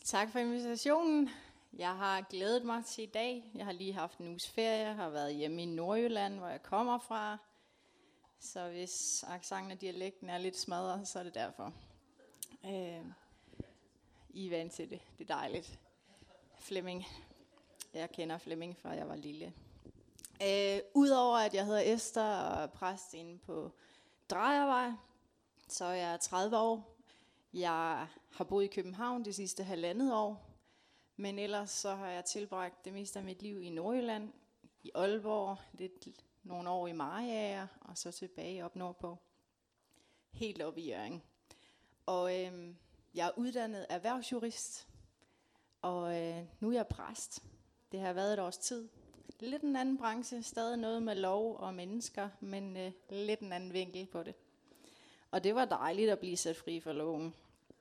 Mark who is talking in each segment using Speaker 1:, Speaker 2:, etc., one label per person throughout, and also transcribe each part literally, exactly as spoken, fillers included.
Speaker 1: Tak for invitationen. Jeg har glædet mig til i dag. Jeg har lige haft en uges ferie. Jeg har været hjemme i Nordjylland, hvor jeg kommer fra. Så hvis accenten og dialekten er lidt smadret, så er det derfor. Øh, I er vant til det. Det er dejligt. Flemming. Jeg kender Flemming, fra jeg var lille. Øh, Udover at jeg hedder Esther og er præst inde på Drejervej, så er jeg tredive år. Jeg har boet i København de sidste halvandet år, men ellers så har jeg tilbragt det meste af mit liv i Nordjylland, i Aalborg, lidt nogle år i Mariager, og så tilbage op nordpå, helt op i Hjørring. Og øh, jeg er uddannet erhvervsjurist, og øh, nu er jeg præst. Det har været et års tid. Lidt en anden branche, stadig noget med lov og mennesker, men øh, lidt en anden vinkel på det. Og det var dejligt at blive sat fri for loven.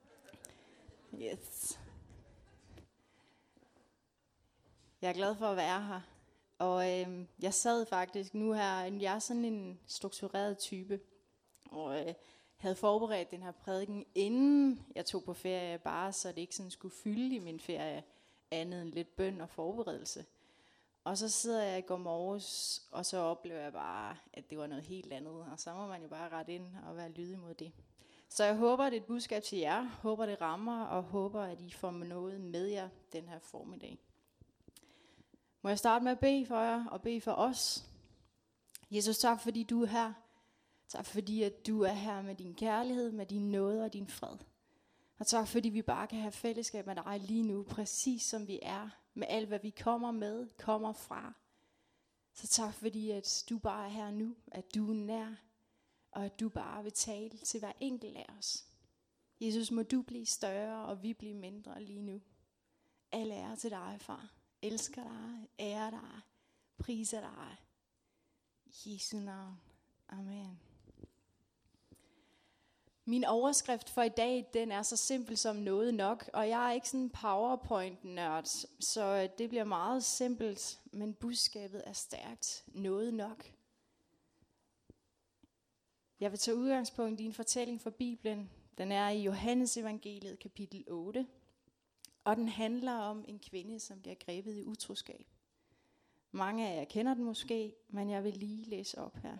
Speaker 1: Yes. Jeg er glad for at være her. Og øh, jeg sad faktisk nu her, jeg er sådan en struktureret type, og øh, havde forberedt den her prædiken, inden jeg tog på ferie, bare så det ikke sådan skulle fylde i min ferie, andet end lidt bøn og forberedelse. Og så sidder jeg i går morges, og så oplever jeg bare, at det var noget helt andet. Og så må man jo bare rette ind og være lydig mod det. Så jeg håber, det er et budskab til jer. Håber, det rammer, og håber, at I får noget med jer den her formiddag. Må jeg starte med at bede for jer og bede for os? Jesus, tak fordi du er her. Tak fordi at du er her med din kærlighed, med din nåde og din fred. Og tak fordi vi bare kan have fællesskab med dig lige nu, præcis som vi er. Med alt hvad vi kommer med, kommer fra. Så tak fordi at du bare er her nu, at du er nær, og at du bare vil tale til hver enkelt af os. Jesus, må du blive større, og vi blive mindre lige nu. Al ære til dig, far. Elsker dig, ærer dig, priser dig. I Jesu navn. Amen. Min overskrift for i dag, den er så simpel som noget nok, og jeg er ikke sådan en PowerPoint-nørd, så det bliver meget simpelt, men budskabet er stærkt. Noget nok. Jeg vil tage udgangspunkt i en fortælling fra Bibelen. Den er i Johannes evangeliet kapitel otte, og den handler om en kvinde, som bliver grebet i utroskab. Mange af jer kender den måske, men jeg vil lige læse op her.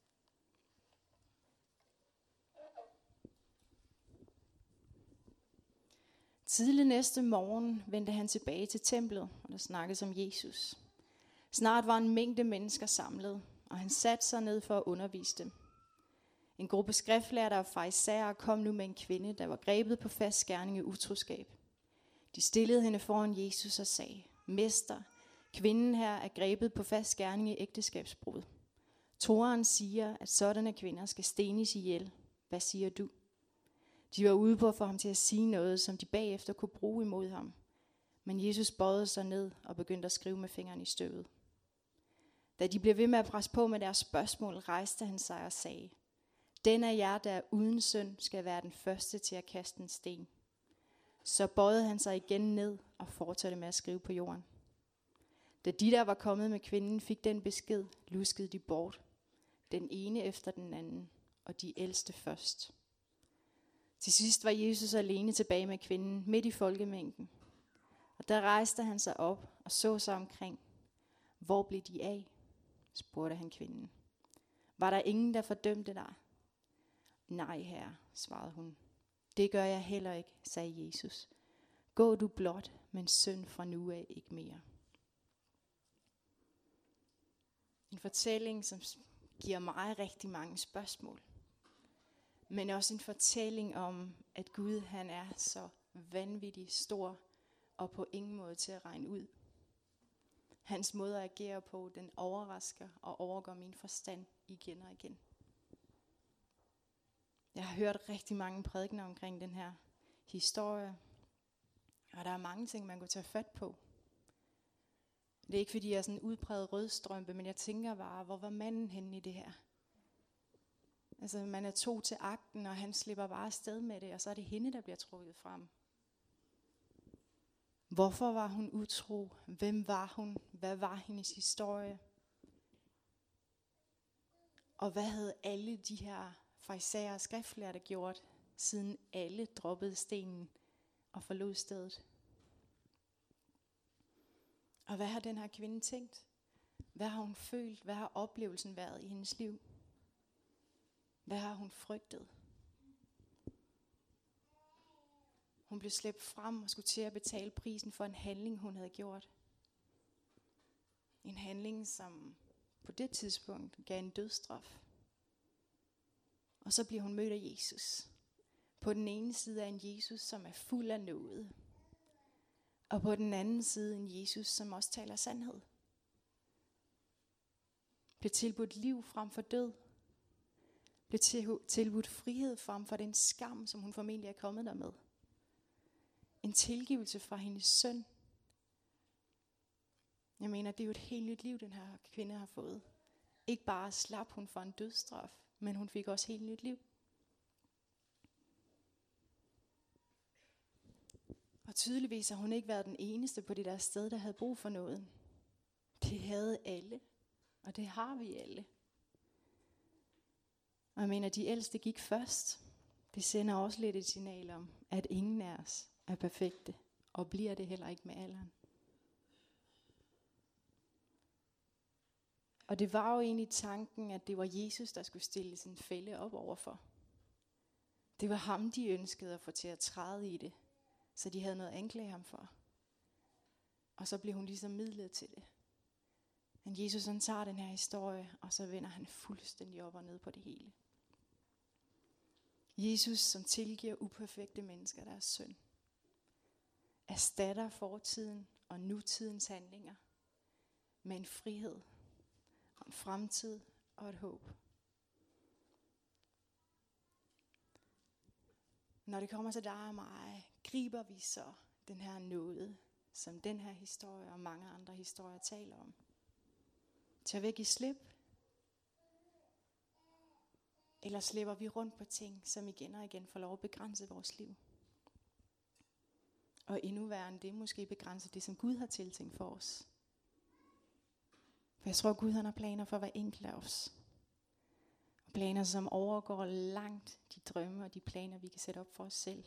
Speaker 1: Tidlig næste morgen vendte han tilbage til templet, og der snakkes om Jesus. Snart var en mængde mennesker samlet, og han satte sig ned for at undervise dem. En gruppe skriftlærde og farisæere kom nu med en kvinde, der var grebet på fast gerning i utroskab. De stillede hende foran Jesus og sagde: Mester, kvinden her er grebet på fast gerning i ægteskabsbrud. Toraen siger, at sådanne kvinder skal stenes ihjel. Hvad siger du? De var ude på at få ham til at sige noget, som de bagefter kunne bruge imod ham. Men Jesus bøjede sig ned og begyndte at skrive med fingeren i støvet. Da de blev ved med at presse på med deres spørgsmål, rejste han sig og sagde: Den af jer, der er uden synd, skal være den første til at kaste en sten. Så bøjede han sig igen ned og fortsatte med at skrive på jorden. Da de, der var kommet med kvinden, fik den besked, luskede de bort. Den ene efter den anden, og de ældste først. Til sidst var Jesus alene tilbage med kvinden midt i folkemængden. Og der rejste han sig op og så sig omkring. Hvor blev de af? Spurgte han kvinden. Var der ingen, der fordømte dig? Nej, herre, svarede hun. Det gør jeg heller ikke, sagde Jesus. Gå du blot, men synd fra nu af ikke mere. En fortælling, som giver mig rigtig mange spørgsmål. Men også en fortælling om, at Gud han er så vanvittigt stor og på ingen måde til at regne ud. Hans måde at agere på, den overrasker og overgår min forstand igen og igen. Jeg har hørt rigtig mange prædikener omkring den her historie, og der er mange ting, man kan tage fat på. Det er ikke fordi, jeg er sådan en udpræget rødstrømpe, men jeg tænker bare, hvor var manden henne i det her? Altså, man er to til akten, og han slipper bare afsted med det, og så er det hende, der bliver trukket frem. Hvorfor var hun utro? Hvem var hun? Hvad var hendes historie? Og hvad havde alle de her farisæere og skriftlærde gjort, siden alle droppede stenen og forlod stedet? Og hvad har den her kvinde tænkt? Hvad har hun følt? Hvad har oplevelsen været i hendes liv? Hvad har hun frygtet? Hun blev slæbt frem og skulle til at betale prisen for en handling, hun havde gjort. En handling, som på det tidspunkt gav en dødsstraf. Og så bliver hun mødt af Jesus. På den ene side er en Jesus, som er fuld af nåde. Og på den anden side en Jesus, som også taler sandhed. Bliver tilbudt liv frem for død. Bliver tilbudt frihed frem for den skam, som hun formentlig er kommet der med. En tilgivelse fra hendes søn. Jeg mener, det er jo et helt nyt liv, den her kvinde har fået. Ikke bare slap hun for en dødsstraf, men hun fik også helt nyt liv. Og tydeligvis har hun ikke været den eneste på det der sted, der havde brug for nåden. Det havde alle, og det har vi alle. Og jeg mener, de ældste gik først. Det sender også lidt et signal om, at ingen af os er perfekte, og bliver det heller ikke med alderen. Og det var jo egentlig tanken, at det var Jesus, der skulle stille sin fælde op overfor. Det var ham, de ønskede at få til at træde i det, så de havde noget at anklage ham for. Og så blev hun ligesom midlet til det. Men Jesus han tager den her historie, og så vender han fuldstændig op og ned på det hele. Jesus, som tilgiver uperfekte mennesker deres synd, erstatter fortiden og nutidens handlinger med en frihed, og en fremtid og et håb. Når det kommer til dig og mig, griber vi så den her nåde, som den her historie og mange andre historier taler om. Tør vi ikke give slip? Eller slipper vi rundt på ting, som igen og igen får lov at begrænse vores liv? Og endnu værre end det, måske begrænse det, som Gud har tiltænkt for os. For jeg tror, Gud han har planer for hver enkelt af os. Og planer, som overgår langt de drømme og de planer, vi kan sætte op for os selv.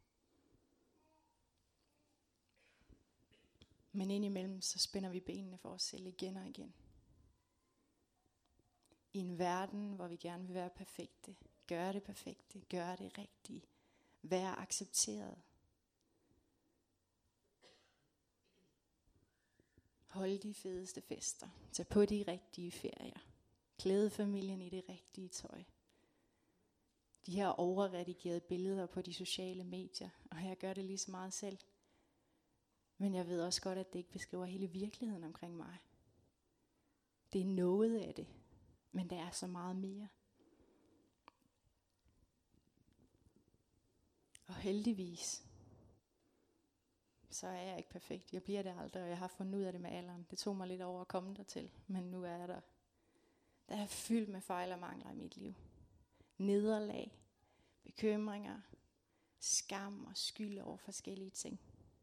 Speaker 1: Men indimellem, så spænder vi benene for os selv igen og igen. I en verden, hvor vi gerne vil være perfekte. Gøre det perfekte. Gøre det rigtige. Være accepteret. Hold de fedeste fester. Tag på de rigtige ferier. Klæde familien i det rigtige tøj. De her overredigerede billeder på de sociale medier. Og jeg gør det lige så meget selv. Men jeg ved også godt, at det ikke beskriver hele virkeligheden omkring mig. Det er noget af det. Men der er så meget mere. Og heldigvis, så er jeg ikke perfekt. Jeg bliver det aldrig, og jeg har fundet ud af det med alderen. Det tog mig lidt over at komme dertil, men nu er jeg der. Der er fyldt med fejl og mangler i mit liv. Nederlag, bekymringer, skam og skyld over forskellige ting.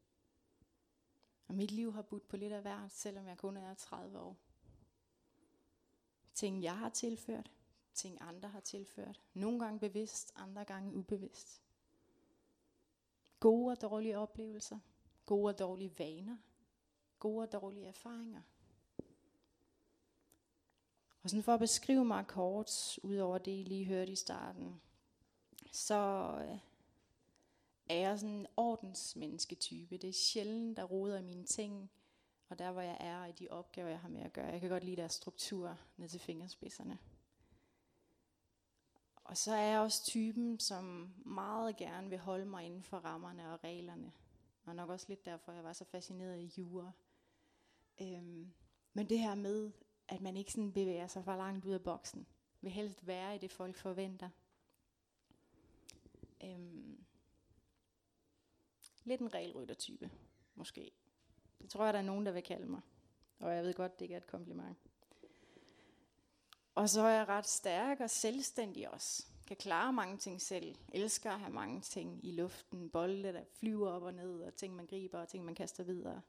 Speaker 1: Og mit liv har budt på lidt af hvert, selvom jeg kun er tredive år. Ting jeg har tilført, ting andre har tilført. Nogle gange bevidst, andre gange ubevidst. Gode og dårlige oplevelser, gode og dårlige vaner, gode og dårlige erfaringer. Og sådan for at beskrive mig kort, ud over det I lige hørte i starten, så er jeg sådan en ordensmennesketype. Det er sjældent, der roder i mine ting, og der hvor jeg er, og i de opgaver jeg har med at gøre. Jeg kan godt lide deres struktur ned til fingerspidserne. Og så er jeg også typen, som meget gerne vil holde mig inden for rammerne og reglerne. Og nok også lidt derfor, jeg var så fascineret i jura. Øhm, men det her med, at man ikke sådan bevæger sig for langt ud af boksen, vil helst være i det, folk forventer. Øhm, lidt en regelryttertype, måske. Det tror jeg, der er nogen, der vil kalde mig. Og jeg ved godt, det ikke er et kompliment. Og så er jeg ret stærk og selvstændig også. Kan klare mange ting selv. Elsker at have mange ting i luften. Bolde, der flyver op og ned. Og ting, man griber, og ting, man kaster videre.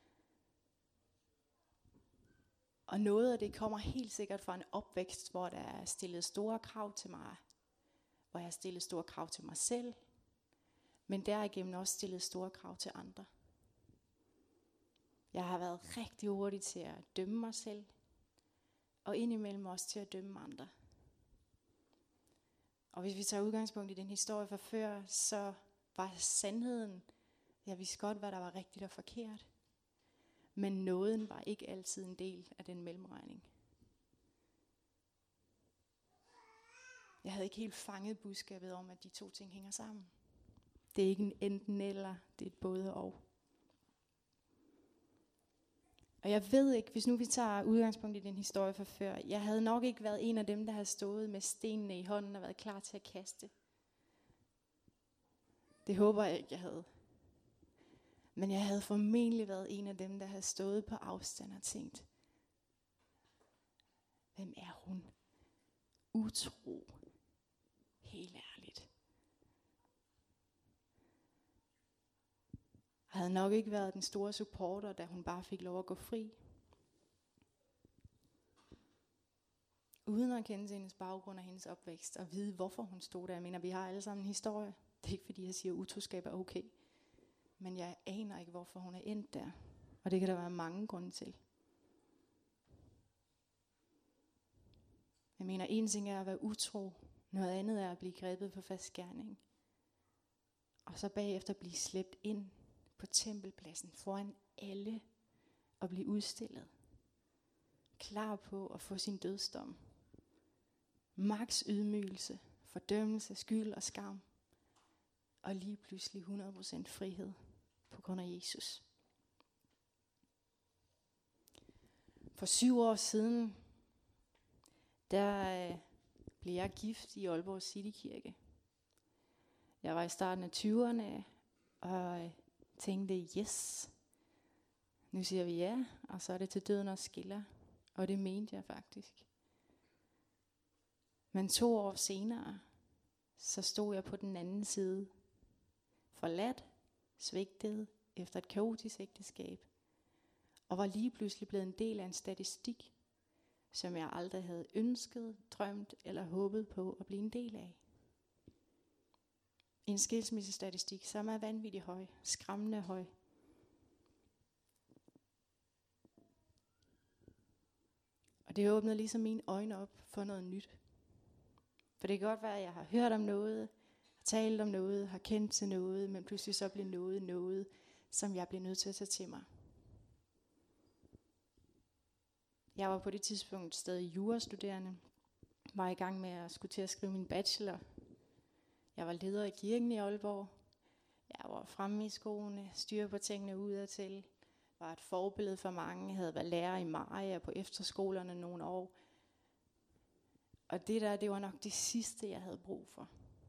Speaker 1: Og noget af det kommer helt sikkert fra en opvækst, hvor der er stillet store krav til mig. Hvor jeg har stillet store krav til mig selv. Men derigennem også stillet store krav til andre. Jeg har været rigtig hurtig til at dømme mig selv, og indimellem også til at dømme andre. Og hvis vi tager udgangspunkt i den historie fra før, så var sandheden, jeg vidste godt, hvad der var rigtigt og forkert. Men nåden var ikke altid en del af den mellemregning. Jeg havde ikke helt fanget budskabet om, at de to ting hænger sammen. Det er ikke en enten eller, det er et både og. Og jeg ved ikke, hvis nu vi tager udgangspunkt i den historie fra før, jeg havde nok ikke været en af dem, der havde stået med stenene i hånden og været klar til at kaste. Det håber jeg ikke, jeg havde. Men jeg havde formentlig været en af dem, der havde stået på afstand og tænkt, hvem er hun? Utro. Helt ærligt. Jeg havde nok ikke været den store supporter, da hun bare fik lov at gå fri. Uden at kende til hendes baggrund og hendes opvækst, og vide, hvorfor hun stod der. Jeg mener, vi har alle sammen en historie. Det er ikke fordi, jeg siger, at utroskab er okay. Men jeg aner ikke, hvorfor hun er endt der. Og det kan der være mange grunde til. Jeg mener, en ting er at være utro. Noget andet er at blive grebet på fast gerning. Og så bagefter blive slæbt ind på tempelpladsen foran alle og blive udstillet. Klar på at få sin dødsdom. Maks ydmygelse, fordømmelse, skyld og skam. Og lige pludselig hundrede procent frihed på grund af Jesus. For syv år siden, der øh, blev jeg gift i Aalborg Citykirke. Jeg var i starten af tyverne og tænkte, yes, nu siger vi ja, og så er det til døden og skiller. Og det mente jeg faktisk. Men to år senere, så stod jeg på den anden side. Forladt, svigtet efter et kaotisk ægteskab. Og var lige pludselig blevet en del af en statistik, som jeg aldrig havde ønsket, drømt eller håbet på at blive en del af. En skilsmissestatistik, som er vanvittigt høj, skræmmende høj. Og det åbnede ligesom mine øjne op for noget nyt. For det kan godt være, at jeg har hørt om noget, har talt om noget, har kendt til noget, men pludselig så blev noget noget, som jeg blev nødt til at tage til mig. Jeg var på det tidspunkt stadig jurastuderende, var i gang med at skulle til at skrive min bachelor. Jeg var leder i kirken i Aalborg. Jeg var fremme i skoene, styr på tingene udadtil. Var et forbillede for mange. Jeg havde været lærer i Maria på efterskolerne nogle år. Og det der, det var nok det sidste, jeg havde brug for.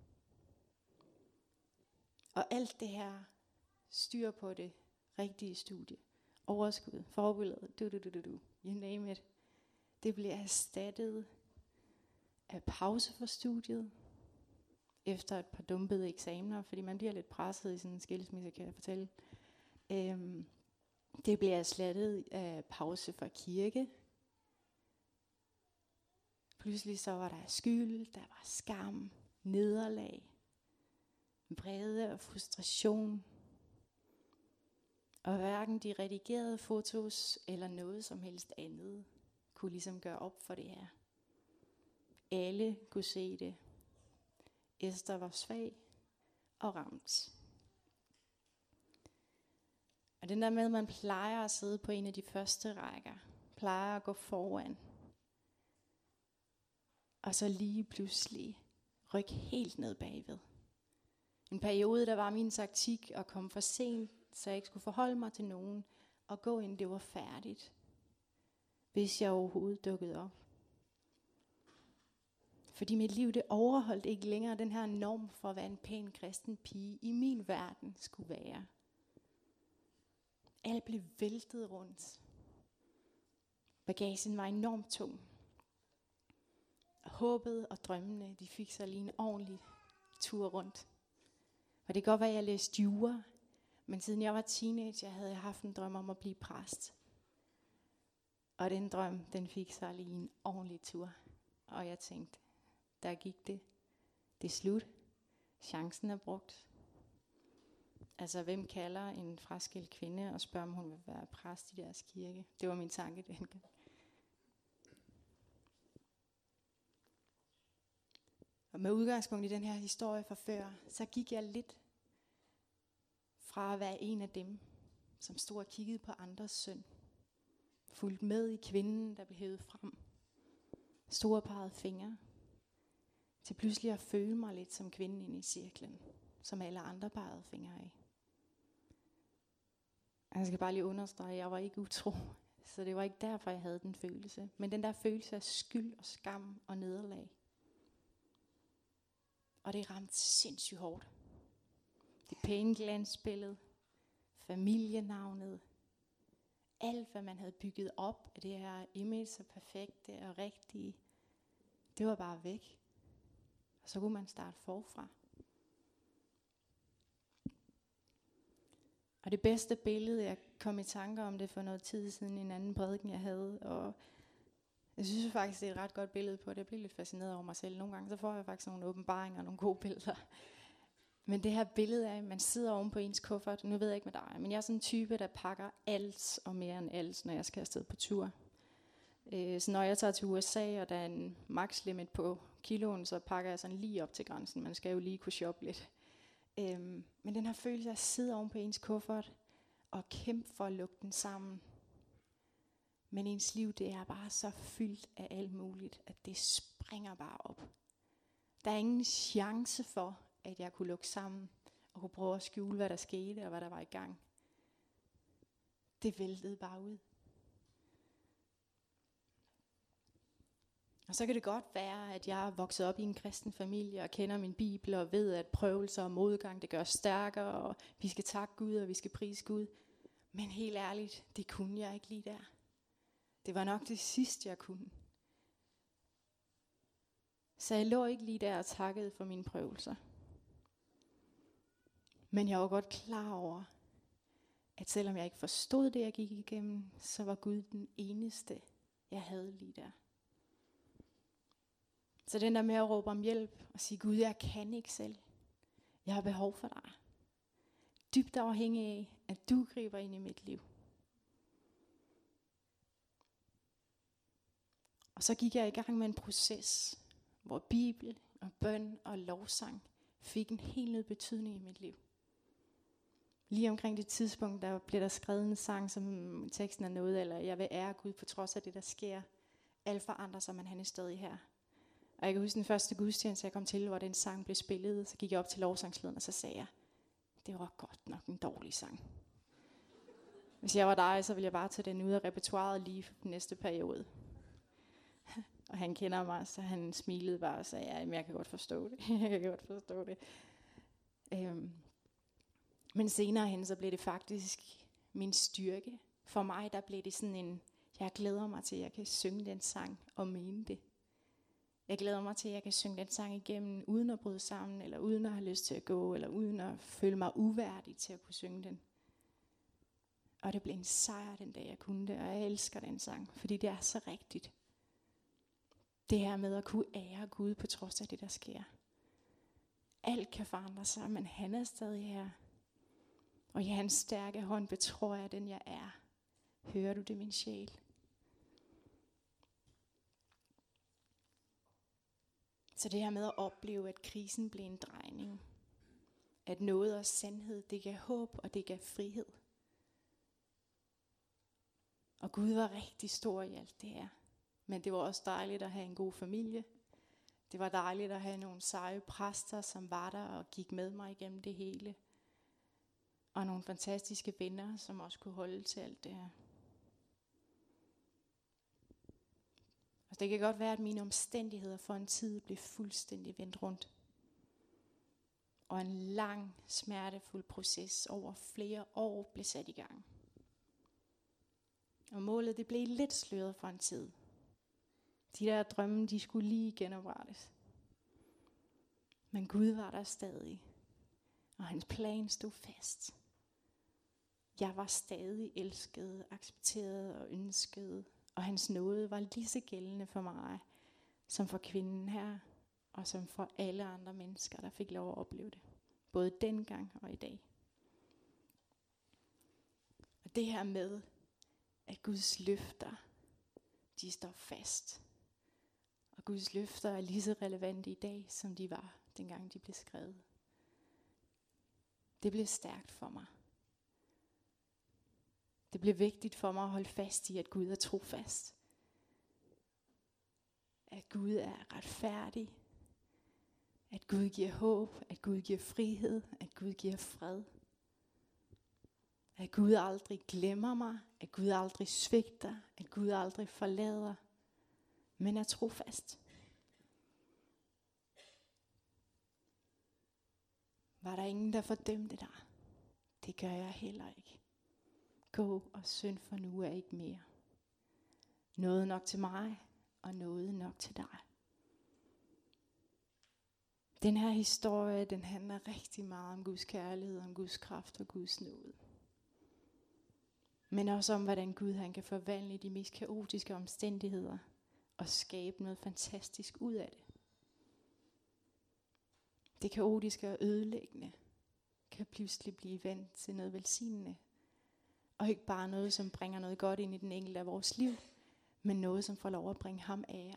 Speaker 1: Og alt det her, styr på det rigtige studie, overskud, forbillede, du, du, du, du, du, you name it. Det blev erstattet af pause for studiet, efter et par dumpede eksamener, fordi man bliver lidt presset i sådan en skilsmisse, kan jeg fortælle. Øhm, det blev erstattet af pause for kirke. Pludselig så var der skyld, der var skam, nederlag, vrede og frustration. Og hverken de redigerede fotos eller noget som helst andet kunne ligesom gøre op for det her. Alle kunne se det. Esther var svag og ramt. Og den der med, at man plejer at sidde på en af de første rækker, plejer at gå foran, og så lige pludselig rykke helt ned bagved. En periode, der var min taktik at komme for sent, så jeg ikke skulle forholde mig til nogen, og gå ind, det var færdigt, hvis jeg overhovedet dukkede op. Fordi mit liv, det overholdt ikke længere den her norm for, hvad en pæn kristen pige i min verden skulle være. Alt blev væltet rundt. Bagagen var enormt tung. Og håbet og drømmene, de fik sig lige en ordentlig tur rundt. Og det kan godt være, at jeg læste jura, men siden jeg var teenager, havde jeg haft en drøm om at blive præst. Og den drøm, den fik sig lige en ordentlig tur. Og jeg tænkte, der gik det. Det er slut. Chancen er brugt. Altså, hvem kalder en fraskilt kvinde og spørger, om hun vil være præst i deres kirke? Det var min tanke dengang. Og med udgangspunkt i den her historie fra før, så gik jeg lidt fra at være en af dem, som stod og kiggede på andres synd. Fulgt med i kvinden, der blev hævet frem. Store pegede fingre. Til pludselig at føle mig lidt som kvinden inde i cirklen, som alle andre pegede fingre af. Jeg skal bare lige understrege, at jeg var ikke utro. Så det var ikke derfor, jeg havde den følelse. Men den der følelse af skyld og skam og nederlag. Og det ramte sindssygt hårdt. Det pæne glansbillede, familienavnet, alt hvad man havde bygget op af det her image så perfekte og rigtige, det var bare væk. Og så kunne man starte forfra. Og det bedste billede, jeg kom i tanker om det for noget tid siden i en anden prædiken, jeg havde, og jeg synes faktisk, det er et ret godt billede på det. Jeg bliver lidt fascineret over mig selv. Nogle gange så får jeg faktisk nogle åbenbaringer og nogle gode billeder. Men det her billede af, at man sidder oven på ens kuffert, nu ved jeg ikke med dig, men jeg er sådan en type, der pakker alt og mere end alt, når jeg skal afsted på tur. Øh, så når jeg tager til U S A, og der er en max limit på kiloen, så pakker jeg sådan lige op til grænsen. Man skal jo lige kunne shoppe lidt. Øh, men den her følelse af at sidde oven på ens kuffert, og kæmpe for at lukke den sammen. Men ens liv, det er bare så fyldt af alt muligt, at det springer bare op. Der er ingen chance for, at jeg kunne lukke sammen og kunne prøve at skjule, hvad der skete og hvad der var i gang. Det væltede bare ud. Og så kan det godt være, at jeg er vokset op i en kristen familie og kender min bibel og ved, at prøvelser og modgang, det gør os stærkere, og vi skal takke Gud, og vi skal prise Gud. Men helt ærligt, det kunne jeg ikke lige der. Det var nok det sidste, jeg kunne. Så jeg lå ikke lige der og takkede for mine prøvelser. Men jeg var godt klar over, at selvom jeg ikke forstod det, jeg gik igennem, så var Gud den eneste, jeg havde lige der. Så den der med at råbe om hjælp og sige, Gud, jeg kan ikke selv. Jeg har behov for dig. Dybt afhængig af, at du griber ind i mit liv. Og så gik jeg i gang med en proces, hvor Bibel og bøn og lovsang fik en helt ny betydning i mit liv. Lige omkring det tidspunkt, der blev der skrevet en sang, som teksten er noget, eller jeg vil ære Gud på trods af det, der sker. Alt forandrer sig, men han er stadig her. Og jeg kan huske den første gudstjeneste, jeg kom til, hvor den sang blev spillet. Så gik jeg op til lovsangslederen, og så sagde jeg, det var godt nok en dårlig sang. Hvis jeg var dig, så ville jeg bare tage den ud af repertoiret lige for den næste periode. Og han kender mig, så han smilede bare og sagde, ja, jeg kan godt forstå det. jeg kan godt forstå det. Øhm. Men senere hen, så blev det faktisk min styrke. For mig, der blev det sådan en, jeg glæder mig til, at jeg kan synge den sang og mene det. Jeg glæder mig til, at jeg kan synge den sang igennem, uden at bryde sammen, eller uden at have lyst til at gå, eller uden at føle mig uværdig til at kunne synge den. Og det blev en sejr den dag, jeg kunne det, og jeg elsker den sang, fordi det er så rigtigt. Det her med at kunne ære Gud på trods af det, der sker. Alt kan forandre sig, men han er stadig her. Og i hans stærke hånd betror jeg den, jeg er. Hører du det, min sjæl? Så det her med at opleve, at krisen blev en drejning. At noget og sandhed, det gav håb, og det gav frihed. Og Gud var rigtig stor i alt det her. Men det var også dejligt at have en god familie. Det var dejligt at have nogle seje præster, som var der og gik med mig igennem det hele. Og nogle fantastiske venner, som også kunne holde til alt det her. Og det kan godt være, at mine omstændigheder for en tid blev fuldstændig vendt rundt. Og en lang, smertefuld proces over flere år blev sat i gang. Og målet, det blev lidt sløret for en tid. De der drømme, de skulle lige genoprettes. Men Gud var der stadig. Og hans plan stod fast. Jeg var stadig elsket, accepteret og ønsket. Og hans nåde var lige så gældende for mig, som for kvinden her. Og som for alle andre mennesker, der fik lov at opleve det. Både dengang og i dag. det her med, at Guds løfter, de står fast. Og Guds løfter er lige så relevante i dag, som de var, dengang de blev skrevet. Det blev stærkt for mig. Det blev vigtigt for mig at holde fast i, at Gud er trofast. At Gud er retfærdig. At Gud giver håb. At Gud giver frihed. At Gud giver fred. At Gud aldrig glemmer mig. At Gud aldrig svigter. At Gud aldrig forlader. Men er trofast. Var der ingen, der fordømte dig? Det gør jeg heller ikke. Gå og synd, for nu er ikke mere. Noget nok til mig, og noget nok til dig. Den her historie, den handler rigtig meget om Guds kærlighed, om Guds kraft og Guds nåde. Men også om, hvordan Gud han kan forvandle de mest kaotiske omstændigheder og skabe noget fantastisk ud af det. Det kaotiske og ødelæggende kan pludselig blive vendt til noget velsignende. Og ikke bare noget, som bringer noget godt ind i den enkelte af vores liv, men noget, som får lov at bringe ham ære.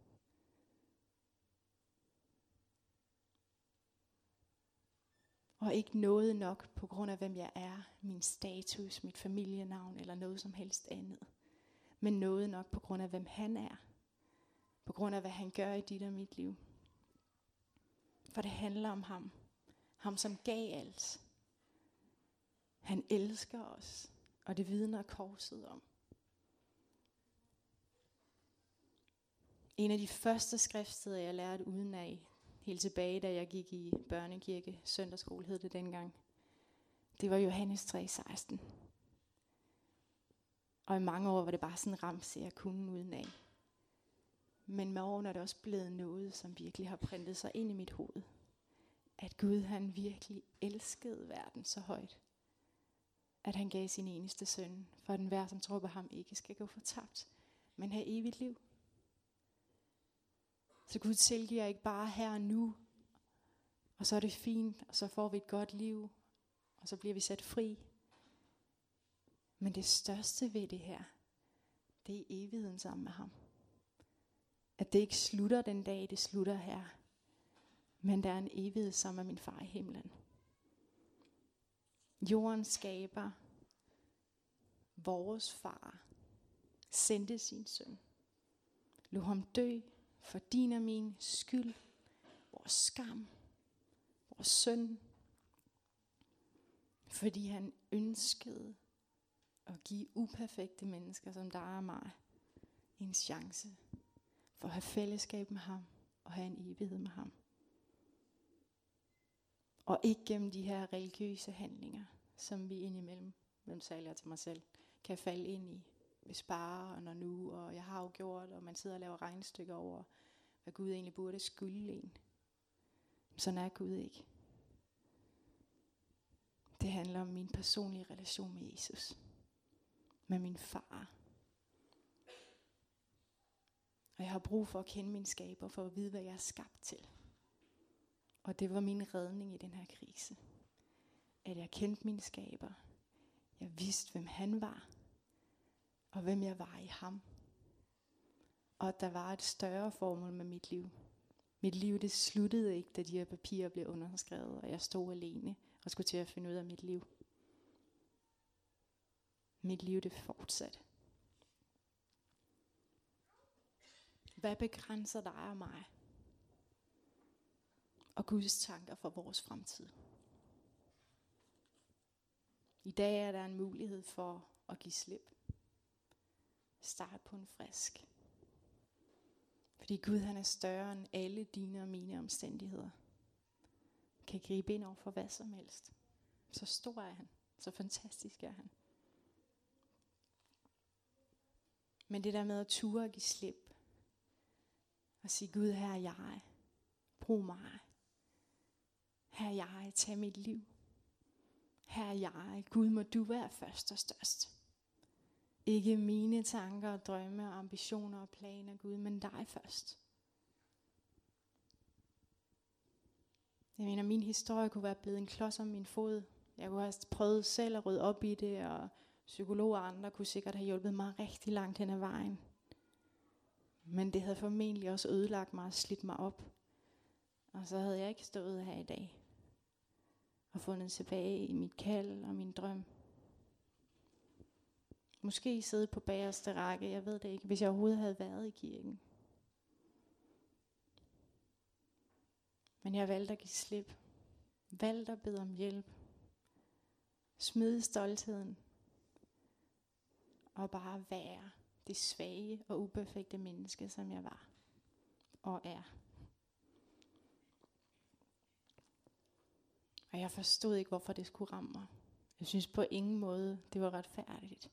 Speaker 1: Og ikke noget nok på grund af, hvem jeg er, min status, mit familienavn eller noget som helst andet. Men noget nok på grund af, hvem han er. På grund af, hvad han gør i dit og mit liv. For det handler om ham. Ham, som gav alt. Han elsker os, og det vidner korset om. En af de første skriftsteder, jeg lærte udenad, helt tilbage, da jeg gik i børnekirke, søndagsskole hed det dengang, det var Johannes tre seksten. Og i mange år var det bare sådan en ramse, jeg kunne udenad. Men med årene er det også blevet noget, som virkelig har printet sig ind i mit hoved. At Gud han virkelig elskede verden så højt, at han gav sin eneste søn, for at enhver, som tror på ham, ikke skal gå fortabt, men have evigt liv. Så Gud tilgiver ikke bare her og nu, og så er det fint, og så får vi et godt liv, og så bliver vi sat fri. Men det største ved det her, det er evigheden sammen med ham. At det ikke slutter den dag, det slutter her, men der er en evighed sammen med min far i himlen. Jorden skaber, vores far, sendte sin søn, lod ham dø for din og min skyld, vores skam, vores synd, fordi han ønskede at give uperfekte mennesker som dig og mig en chance for at have fællesskab med ham og have en evighed med ham. Og ikke gennem de her religiøse handlinger, som vi indimellem, hvem sælger til mig selv, kan falde ind i. Hvis bare og når nu, og jeg har jo gjort, og man sidder og laver regnestykker over, hvad Gud egentlig burde skylde en. Sådan er Gud ikke. Det handler om min personlige relation med Jesus. Med min far. Og jeg har brug for at kende min skaber, for at vide, hvad jeg er skabt til. Og det var min redning i den her krise. At jeg kendte min skaber. Jeg vidste, hvem han var. Og hvem jeg var i ham. Og at der var et større formål med mit liv. Mit liv, det sluttede ikke, da de her papirer blev underskrevet, og jeg stod alene og skulle til at finde ud af mit liv. Mit liv, det fortsatte. Hvad begrænser dig og mig? Og Guds tanker for vores fremtid. I dag er der en mulighed for at give slip. Start på en frisk. Fordi Gud han er større end alle dine og mine omstændigheder. Kan gribe ind over for hvad som helst. Så stor er han. Så fantastisk er han. Men det der med at ture og give slip. Og sige Gud, her er jeg. Brug mig. Her er jeg. Tag mit liv. Her er jeg. Gud, må du være først og størst. Ikke mine tanker og drømme og ambitioner og planer, Gud, men dig først. Jeg mener, min historie kunne være blevet en klods om min fod. Jeg kunne have prøvet selv at rydde op i det og Psykologer og andre kunne sikkert have hjulpet mig rigtig langt hen ad vejen. Men det havde formentlig også ødelagt mig og slidt mig op. Og så havde jeg ikke stået her i dag og fundet tilbage i mit kald og min drøm. Måske sidde på bagerste række, jeg ved det ikke, hvis jeg overhovedet havde været i kirken. Men jeg valgte at give slip. Valgte at bede om hjælp. Smide stoltheden. Og bare være det svage og uperfekte menneske, som jeg var og er. Og jeg forstod ikke, hvorfor det skulle ramme mig. Jeg synes på ingen måde, det var retfærdigt.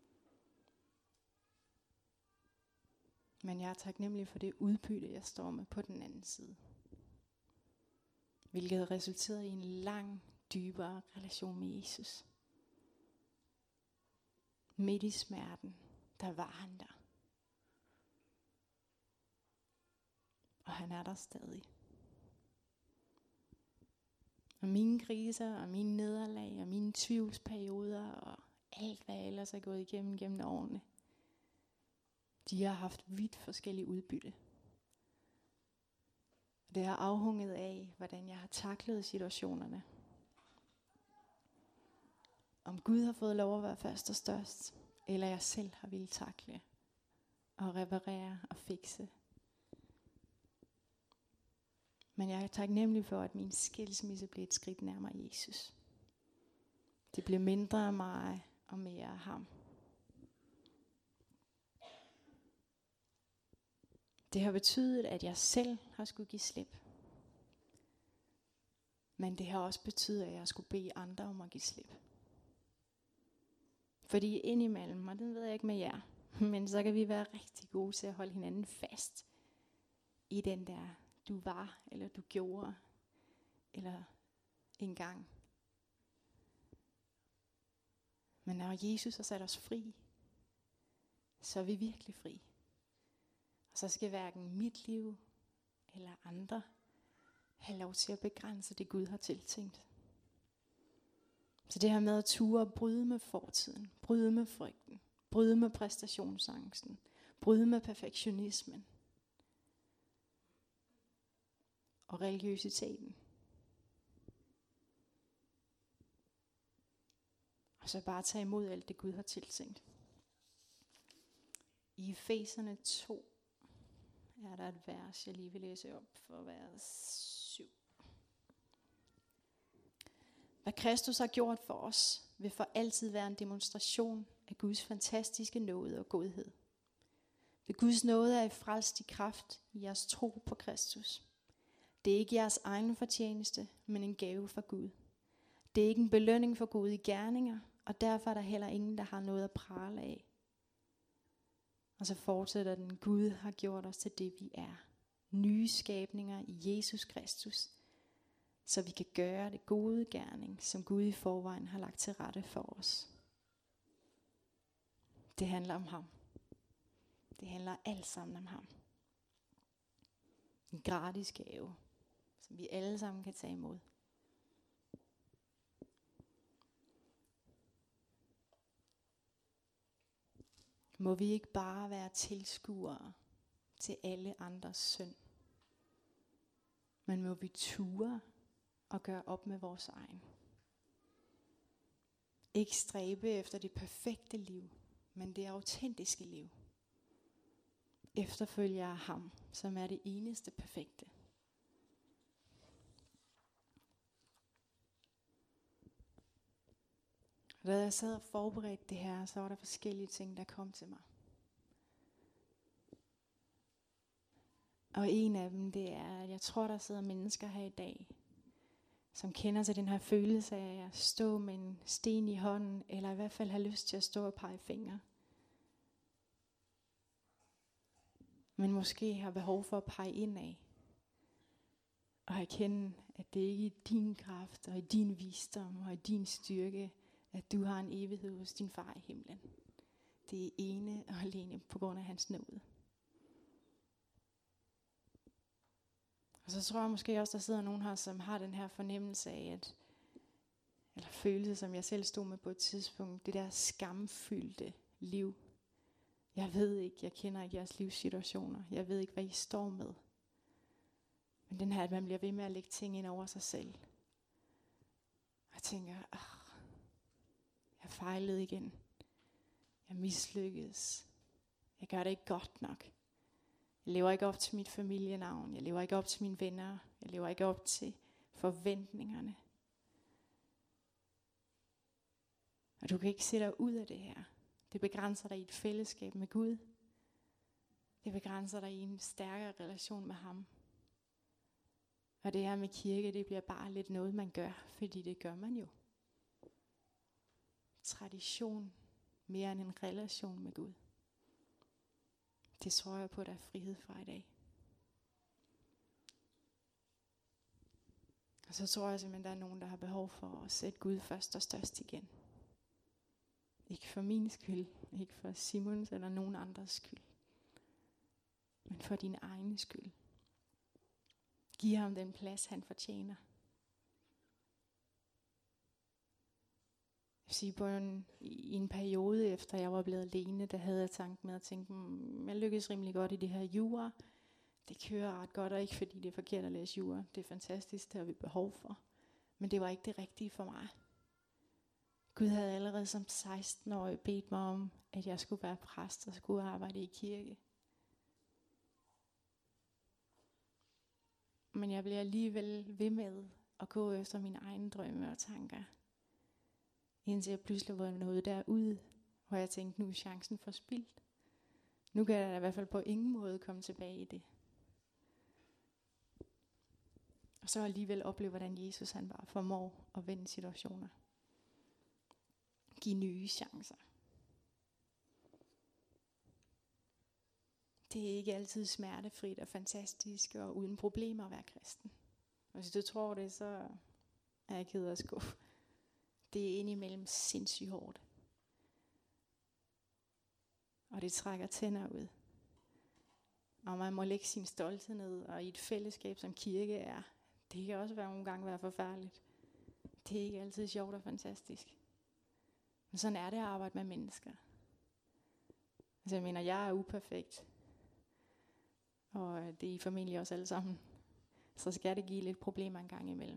Speaker 1: Men jeg er taknemmelig for det udbytte, jeg står med på den anden side. Hvilket har resulteret i en lang, dybere relation med Jesus. Midt i smerten, der var han der. Og han er der stadig. Og mine kriser, og mine nederlag, og mine tvivlsperioder, og alt hvad jeg ellers er gået igennem gennem årene, de har haft vidt forskellige udbytte. Det har afhænget af, hvordan jeg har taklet situationerne. Om Gud har fået lov at være først og størst, eller jeg selv har ville takle og reparere og fikse. Men jeg er taknemmelig for, at min skilsmisse blev et skridt nærmere Jesus. Det blev mindre af mig og mere af ham. Det har betydet, at jeg selv har skulle give slip. Men det har også betydet, at jeg skulle bede andre om at give slip. Fordi indimellem, og det ved jeg ikke med jer, men så kan vi være rigtig gode til at holde hinanden fast i den der, du var, eller du gjorde, eller engang. Men når Jesus har sat os fri, så er vi virkelig fri. Og så skal hverken mit liv eller andre have lov til at begrænse det, Gud har tiltænkt. Så det her med at ture bryde med fortiden, bryde med frygten, bryde med præstationsangsten, bryde med perfektionismen og religiøsiteten. Og så bare tage imod alt det, Gud har tiltænkt. I Efeserne to er der et vers, jeg lige vil læse op for vers syv. Hvad Kristus har gjort for os, vil for altid være en demonstration af Guds fantastiske nåde og godhed. Ved Guds nåde er I frelst i kraft i jeres tro på Kristus. Det er ikke jeres egen fortjeneste, men en gave fra Gud. Det er ikke en belønning for gode gerninger, og derfor er der heller ingen, der har noget at prale af. Og så fortsætter den, Gud har gjort os til det, vi er. Nye skabninger i Jesus Kristus, så vi kan gøre det gode gerning, som Gud i forvejen har lagt til rette for os. Det handler om ham. Det handler alt sammen om ham. En gratis gave, som vi alle sammen kan tage imod. Må vi ikke bare være tilskuere til alle andres synd, men må vi ture og gøre op med vores egen. Ikke stræbe efter det perfekte liv, men det autentiske liv. Efterfølger af ham, som er det eneste perfekte. Da jeg sad og forberedte det her, så var der forskellige ting, der kom til mig. Og en af dem, det er, at jeg tror, der sidder mennesker her i dag, som kender til den her følelse af at stå med en sten i hånden, eller i hvert fald har lyst til at stå og pege fingre. Men måske har behov for at pege indad. Og erkende, at det ikke er i din kraft, og i din visdom, og i din styrke, at du har en evighed hos din far i himlen. Det er ene og alene på grund af hans nåde. Og så tror jeg måske også, der sidder nogen her, som har den her fornemmelse af, at, Eller følelse, som jeg selv stod med på et tidspunkt. Det der skamfyldte liv. Jeg ved ikke, jeg kender ikke jeres livssituationer. Jeg ved ikke, hvad I står med. Men den her, at man bliver ved med at lægge ting ind over sig selv. Og jeg tænker, ah, jeg fejlede igen. Jeg mislykkedes. Jeg gør det ikke godt nok. Jeg lever ikke op til mit familienavn. Jeg lever ikke op til mine venner. Jeg lever ikke op til forventningerne. Og du kan ikke se dig ud af det her. Det begrænser dig i et fællesskab med Gud. Det begrænser dig i en stærkere relation med ham. Og det her med kirke, det bliver bare lidt noget, man gør, fordi det gør man jo. Tradition mere end en relation med Gud. Det tror jeg på, der er frihed fra i dag. Og så tror jeg simpelthen, der er nogen, der har behov for at sætte Gud først og størst igen. Ikke for min skyld, ikke for Simons eller nogen andres skyld, men for din egen skyld. Giv ham den plads, han fortjener. Jeg vil sige, på en, i en periode efter jeg var blevet alene, der havde jeg tanken med at tænke, mm, jeg lykkedes rimelig godt i det her jura. Det kører ret godt, og ikke fordi det er forkert at læse jura. Det er fantastisk, det har vi behov for. Men det var ikke det rigtige for mig. Gud havde allerede som seksten-årig bedt mig om, at jeg skulle være præst og skulle arbejde i kirke. Men jeg blev alligevel ved med at gå efter mine egne drømme og tanker. Indtil jeg pludselig var nået derude, hvor jeg tænkte, nu er chancen forspildt. Nu kan jeg i hvert fald på ingen måde komme tilbage i det. Og så alligevel opleve, hvordan Jesus han bare formår at vende situationer. Give nye chancer. Det er ikke altid smertefrit og fantastisk og uden problemer at være kristen. Og hvis du tror det, så er jeg ked af at skuffe. Det er indimellem sindssygt hårdt. Og det trækker tænder ud. Og man må lægge sin stolthed ned, og i et fællesskab som kirke er, det kan også være nogle gange være forfærdeligt. Det er ikke altid sjovt og fantastisk. Men sådan er det at arbejde med mennesker. Altså jeg mener, jeg er uperfekt. Og det er formentlig også alle sammen. Så skal det give lidt problemer en gang imellem.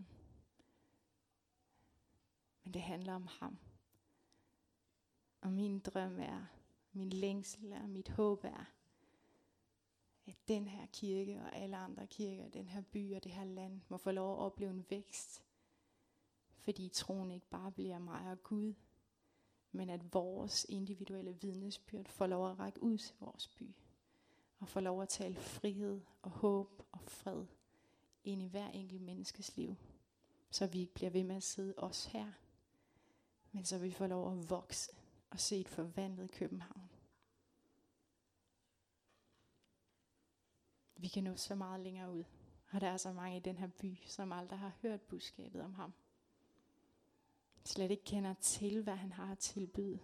Speaker 1: Men det handler om ham. Og min drøm er, min længsel er, mit håb er, at den her kirke og alle andre kirker, den her by og det her land, må få lov at opleve en vækst. Fordi troen ikke bare bliver mig og Gud, men at vores individuelle vidnesbyrd får lov at række ud til vores by. Og får lov at tale frihed og håb og fred ind i hver enkelt menneskes liv. Så vi ikke bliver ved med at sidde os her, men så vi får lov at vokse og se et forvandlet København. Vi kan nå så meget længere ud, og der er så mange i den her by, som aldrig har hørt budskabet om ham. Slet ikke kender til, hvad han har at tilbyde,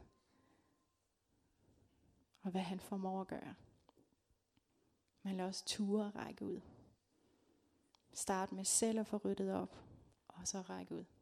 Speaker 1: og hvad han formår at gøre. Men lad os ture række ud. Start med selv at få ryddet op, og så række ud.